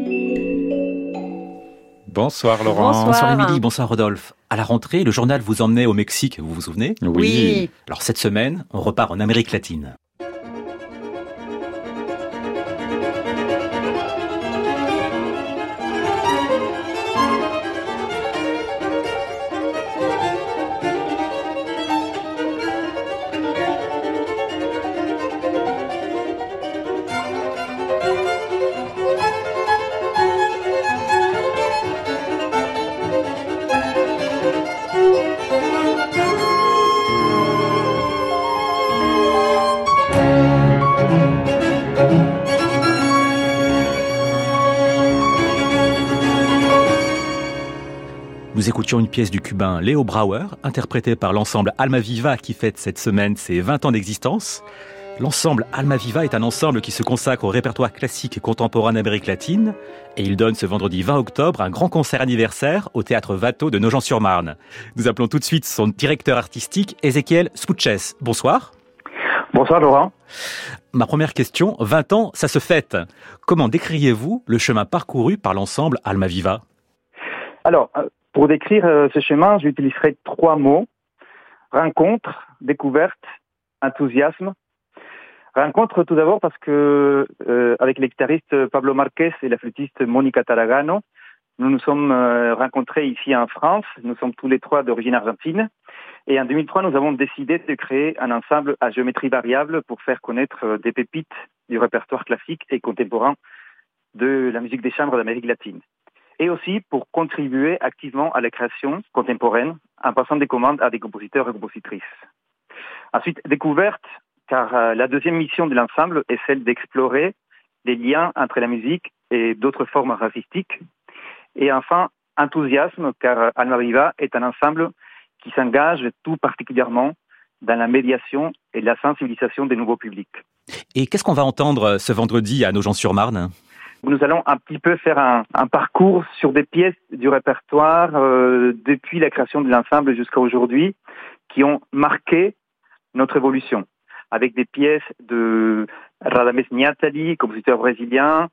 Bonsoir Laurent. Bonsoir Émilie, bonsoir Rodolphe. À la rentrée, le journal vous emmenait au Mexique, vous vous souvenez ? Oui. Alors cette semaine, on repart en Amérique latine. Nous écoutions une pièce du cubain Léo Brauer, interprétée par l'ensemble Almaviva qui fête cette semaine ses 20 ans d'existence. L'ensemble Almaviva est un ensemble qui se consacre au répertoire classique et contemporain d'Amérique latine et il donne ce vendredi 20 octobre un grand concert anniversaire au théâtre Watteau de Nogent-sur-Marne. Nous appelons tout de suite son directeur artistique, Ezequiel Spuches. Bonsoir. Bonsoir Laurent. Ma première question, 20 ans, ça se fête. Comment décririez-vous le chemin parcouru par l'ensemble Almaviva ? Alors, pour décrire ce chemin, j'utiliserai 3 mots. Rencontre, découverte, enthousiasme. Rencontre tout d'abord parce que avec les guitaristes Pablo Marquez et la flûtiste Monica Taragano, nous nous sommes rencontrés ici en France. Nous sommes tous les 3 d'origine argentine. Et en 2003, nous avons décidé de créer un ensemble à géométrie variable pour faire connaître des pépites du répertoire classique et contemporain de la musique des chambres d'Amérique latine. Et aussi pour contribuer activement à la création contemporaine en passant des commandes à des compositeurs et compositrices. Ensuite, découverte, car la deuxième mission de l'ensemble est celle d'explorer les liens entre la musique et d'autres formes artistiques. Et enfin, enthousiasme, car Almaviva est un ensemble qui s'engage tout particulièrement dans la médiation et la sensibilisation des nouveaux publics. Et qu'est-ce qu'on va entendre ce vendredi à Nogent-sur-Marne ? Nous allons un petit peu faire un parcours sur des pièces du répertoire depuis la création de l'ensemble jusqu'à aujourd'hui qui ont marqué notre évolution. Avec des pièces de Radamés Niatali, compositeur brésilien,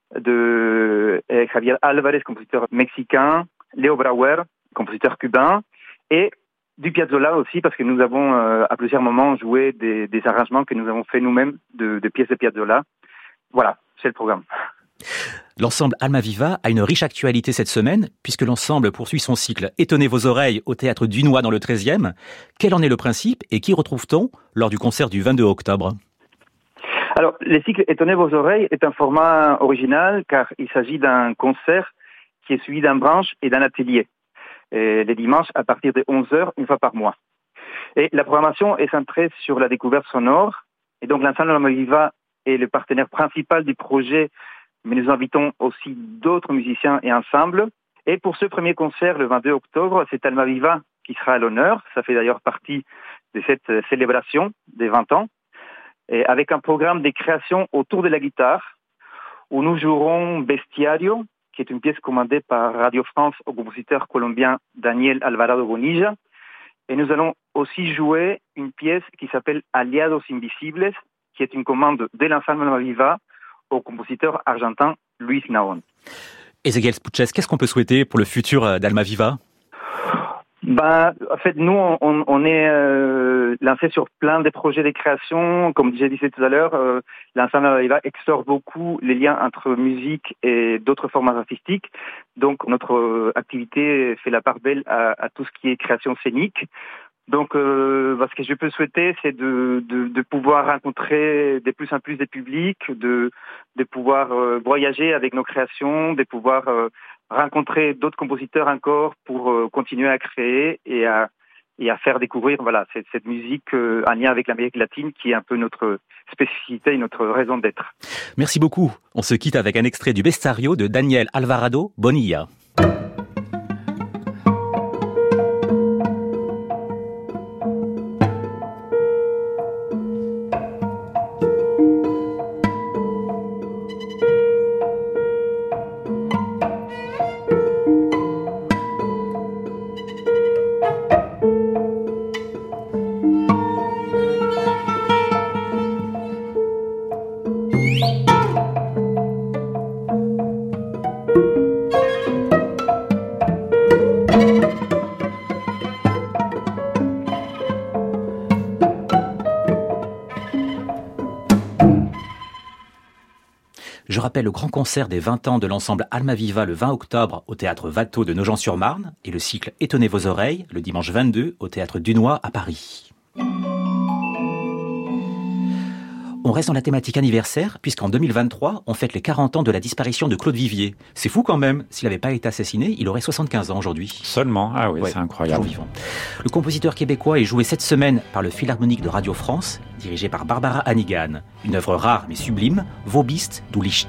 de Javier Álvarez, compositeur mexicain, Léo Brauer, compositeur cubain, et du Piazzolla aussi, parce que nous avons à plusieurs moments joué des arrangements que nous avons fait nous-mêmes de pièces de Piazzolla. Voilà, c'est le programme. L'ensemble Almaviva a une riche actualité cette semaine, puisque l'ensemble poursuit son cycle Étonnez vos oreilles au théâtre Dunois dans le 13e. Quel en est le principe et qui retrouve-t-on lors du concert du 22 octobre ? Alors, le cycle Étonnez vos oreilles est un format original car il s'agit d'un concert qui est suivi d'un branche et d'un atelier. Et les dimanches à partir de 11h, une fois par mois. Et la programmation est centrée sur la découverte sonore. Et donc, l'ensemble Almaviva est le partenaire principal du projet, mais nous invitons aussi d'autres musiciens et ensembles. Et pour ce premier concert, le 22 octobre, c'est Almaviva qui sera à l'honneur. Ça fait d'ailleurs partie de cette célébration des 20 ans. Et avec un programme de création autour de la guitare, où nous jouerons Bestiario, qui est une pièce commandée par Radio France au compositeur colombien Daniel Alvarado Bonilla. Et nous allons aussi jouer une pièce qui s'appelle Aliados Invisibles, qui est une commande de l'ensemble Almaviva au compositeur argentin Luis Naon. Ezequiel Spuches, qu'est-ce qu'on peut souhaiter pour le futur d'Almaviva ? En fait, nous, on est lancé sur plein de projets de création. Comme je disais tout à l'heure, l'ensemble Almaviva explore beaucoup les liens entre musique et d'autres formes artistiques. Donc, notre activité fait la part belle à tout ce qui est création scénique. Donc, ce que je peux souhaiter, c'est de pouvoir rencontrer de plus en plus de publics, de pouvoir voyager avec nos créations, de pouvoir rencontrer d'autres compositeurs encore pour continuer à créer et à faire découvrir cette musique en lien avec l'Amérique latine qui est un peu notre spécificité et notre raison d'être. Merci beaucoup. On se quitte avec un extrait du Bestiario de Daniel Alvarado Bonilla. rappelle le grand concert des 20 ans de l'ensemble Almaviva le 20 octobre au théâtre Watteau de Nogent-sur-Marne et le cycle Étonnez vos oreilles le dimanche 22 au théâtre Dunois à Paris. On reste dans la thématique anniversaire, puisqu'en 2023, on fête les 40 ans de la disparition de Claude Vivier. C'est fou quand même, s'il n'avait pas été assassiné, il aurait 75 ans aujourd'hui. Seulement? Ah oui, ouais, c'est incroyable. Vivant. Le compositeur québécois est joué cette semaine par le Philharmonique de Radio France, dirigé par Barbara Hannigan. Une œuvre rare mais sublime, Wo bist du Licht.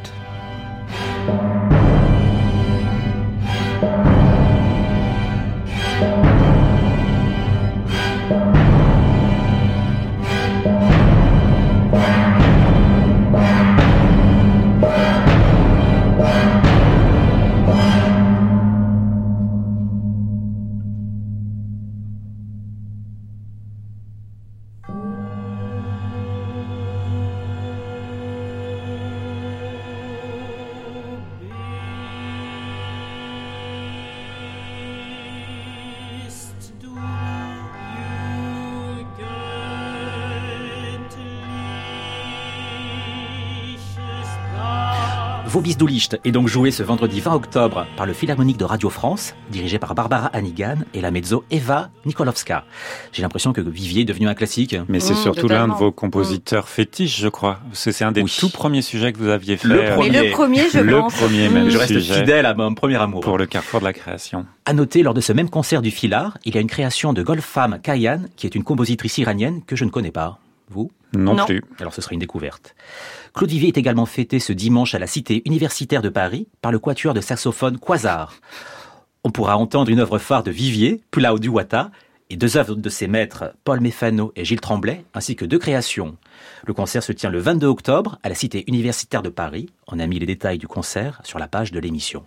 Wo bist du Licht est donc joué ce vendredi 20 octobre par le Philharmonique de Radio France, dirigé par Barbara Hannigan et la mezzo Eva Nikolovska. J'ai l'impression que Vivier est devenu un classique. Mais c'est surtout l'un de vos compositeurs fétiches, je crois. C'est un des tout premiers sujets que vous aviez fait. Le premier, je pense. Le premier même Je reste sujet fidèle à mon premier amour. Pour le carrefour de la création. À noter, lors de ce même concert du Philhar, il y a une création de Golfam Kayan, qui est une compositrice iranienne que je ne connais pas. Vous ? Non plus. Alors ce sera une découverte. Claude Vivier est également fêté ce dimanche à la Cité universitaire de Paris par le quatuor de saxophone Quasar. On pourra entendre une œuvre phare de Vivier, Pulau du Wata, et deux œuvres de ses maîtres, Paul Méfano et Gilles Tremblay, ainsi que deux créations. Le concert se tient le 22 octobre à la Cité universitaire de Paris. On a mis les détails du concert sur la page de l'émission.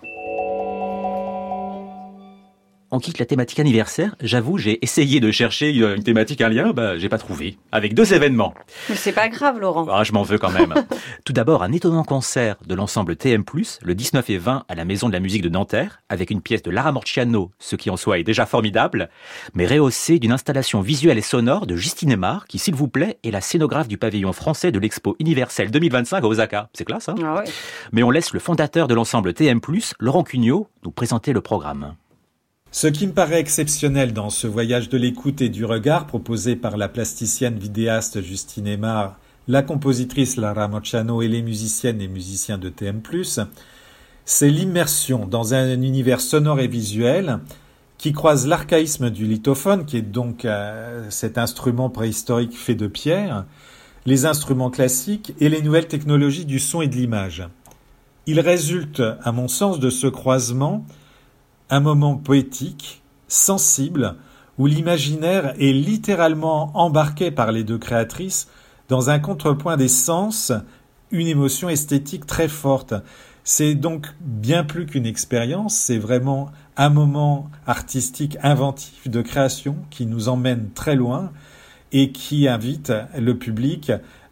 On quitte la thématique anniversaire. J'avoue, j'ai essayé de chercher une thématique, un lien, j'ai pas trouvé. Avec deux événements. Mais c'est pas grave, Laurent. Ah, je m'en veux quand même. Tout d'abord, un étonnant concert de l'ensemble TM+, le 19 et 20 à la Maison de la Musique de Nanterre, avec une pièce de Lara Morciano, ce qui en soi est déjà formidable, mais rehaussé d'une installation visuelle et sonore de Justine Aymar, qui, s'il vous plaît, est la scénographe du pavillon français de l'Expo universelle 2025 à Osaka. C'est classe, hein ? Ah ouais. Mais on laisse le fondateur de l'ensemble TM+, Laurent Cugnot, nous présenter le programme. Ce qui me paraît exceptionnel dans ce voyage de l'écoute et du regard proposé par la plasticienne vidéaste Justine Aymar, la compositrice Lara Morciano et les musiciennes et musiciens de TM+, c'est l'immersion dans un univers sonore et visuel qui croise l'archaïsme du lithophone, qui est donc cet instrument préhistorique fait de pierre, les instruments classiques et les nouvelles technologies du son et de l'image. Il résulte, à mon sens, de ce croisement un moment poétique, sensible, où l'imaginaire est littéralement embarqué par les deux créatrices dans un contrepoint des sens, une émotion esthétique très forte. C'est donc bien plus qu'une expérience, c'est vraiment un moment artistique inventif de création qui nous emmène très loin et qui invite le public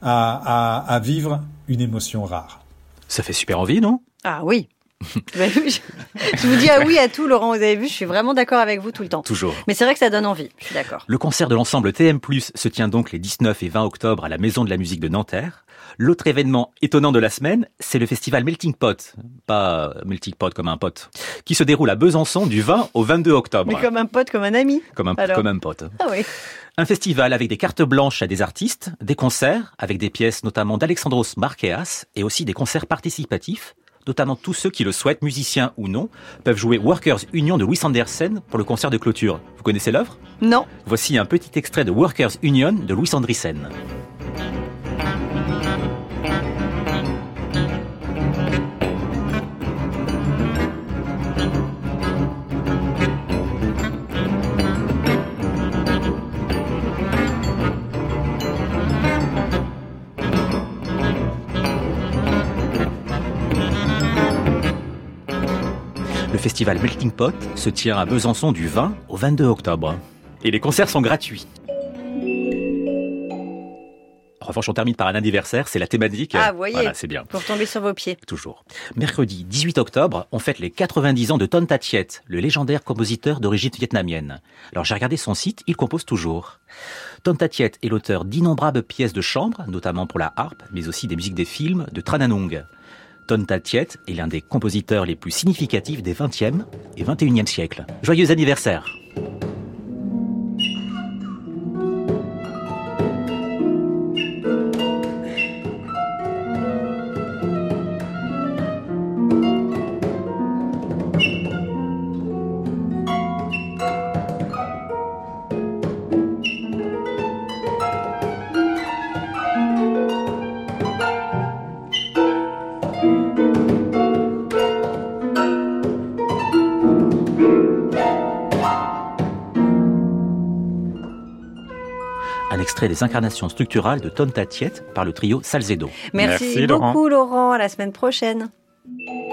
à vivre une émotion rare. Ça fait super envie, non ? Ah oui. Je vous dis ah oui à tout, Laurent, vous avez vu, je suis vraiment d'accord avec vous tout le temps. Toujours. Mais c'est vrai que ça donne envie, je suis d'accord. Le concert de l'ensemble TM+, se tient donc les 19 et 20 octobre à la Maison de la Musique de Nanterre. L'autre événement étonnant de la semaine, c'est le festival Melting Pot. Pas Melting Pot comme un pote. Qui se déroule à Besançon du 20 au 22 octobre. Mais comme un pote, comme un ami. Comme un pote. Ah oui. Un festival avec des cartes blanches à des artistes, des concerts avec des pièces notamment d'Alexandros Markeas et aussi des concerts participatifs. Notamment tous ceux qui le souhaitent, musiciens ou non, peuvent jouer Workers Union de Louis Andersen pour le concert de clôture. Vous connaissez l'œuvre ? Non. Voici un petit extrait de Workers Union de Louis Andriessen. Le festival Melting Pot se tient à Besançon du 20 au 22 octobre. Et les concerts sont gratuits. En revanche, on termine par un anniversaire, c'est la thématique. Ah, vous voyez, voilà, c'est bien. Pour tomber sur vos pieds. Toujours. Mercredi 18 octobre, on fête les 90 ans de Ton That Tiet, le légendaire compositeur d'origine vietnamienne. Alors j'ai regardé son site, il compose toujours. Ton That Tiet est l'auteur d'innombrables pièces de chambre, notamment pour la harpe, mais aussi des musiques des films de Tran Anung. Tonta Tiet est l'un des compositeurs les plus significatifs des 20e et 21e siècles. Joyeux anniversaire! Un extrait des incarnations structurales de Tonta Tiet par le trio Salzedo. Merci beaucoup Laurent, à la semaine prochaine.